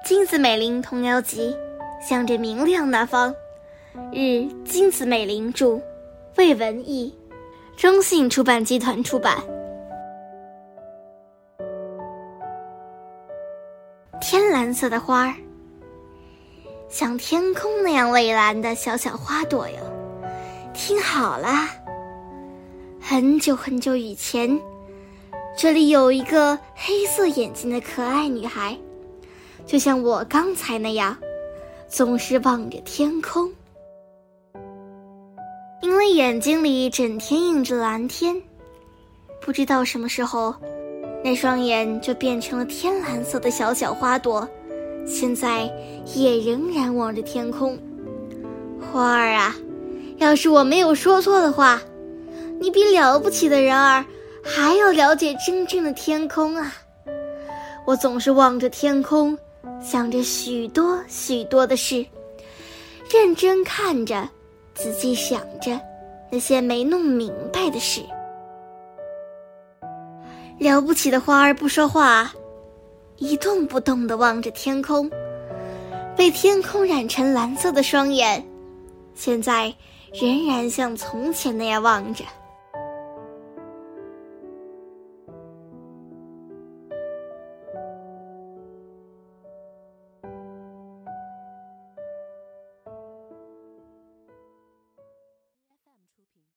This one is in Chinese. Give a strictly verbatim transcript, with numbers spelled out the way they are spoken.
金子美玲童谣集，向着明亮那方。日金子美玲著，魏文艺，中信出版集团出版。天蓝色的花儿，像天空那样蔚蓝的小小花朵哟。听好啦，很久很久以前，这里有一个黑色眼睛的可爱女孩，就像我刚才那样，总是望着天空。因为眼睛里整天映着蓝天，不知道什么时候，那双眼就变成了天蓝色的小小花朵，现在也仍然望着天空。花儿啊，要是我没有说错的话，你比了不起的人儿还要了解真正的天空啊！我总是望着天空，想着许多许多的事，认真看着，仔细想着那些没弄明白的事。了不起的花儿不说话，一动不动地望着天空，被天空染成蓝色的双眼，现在仍然像从前那样望着。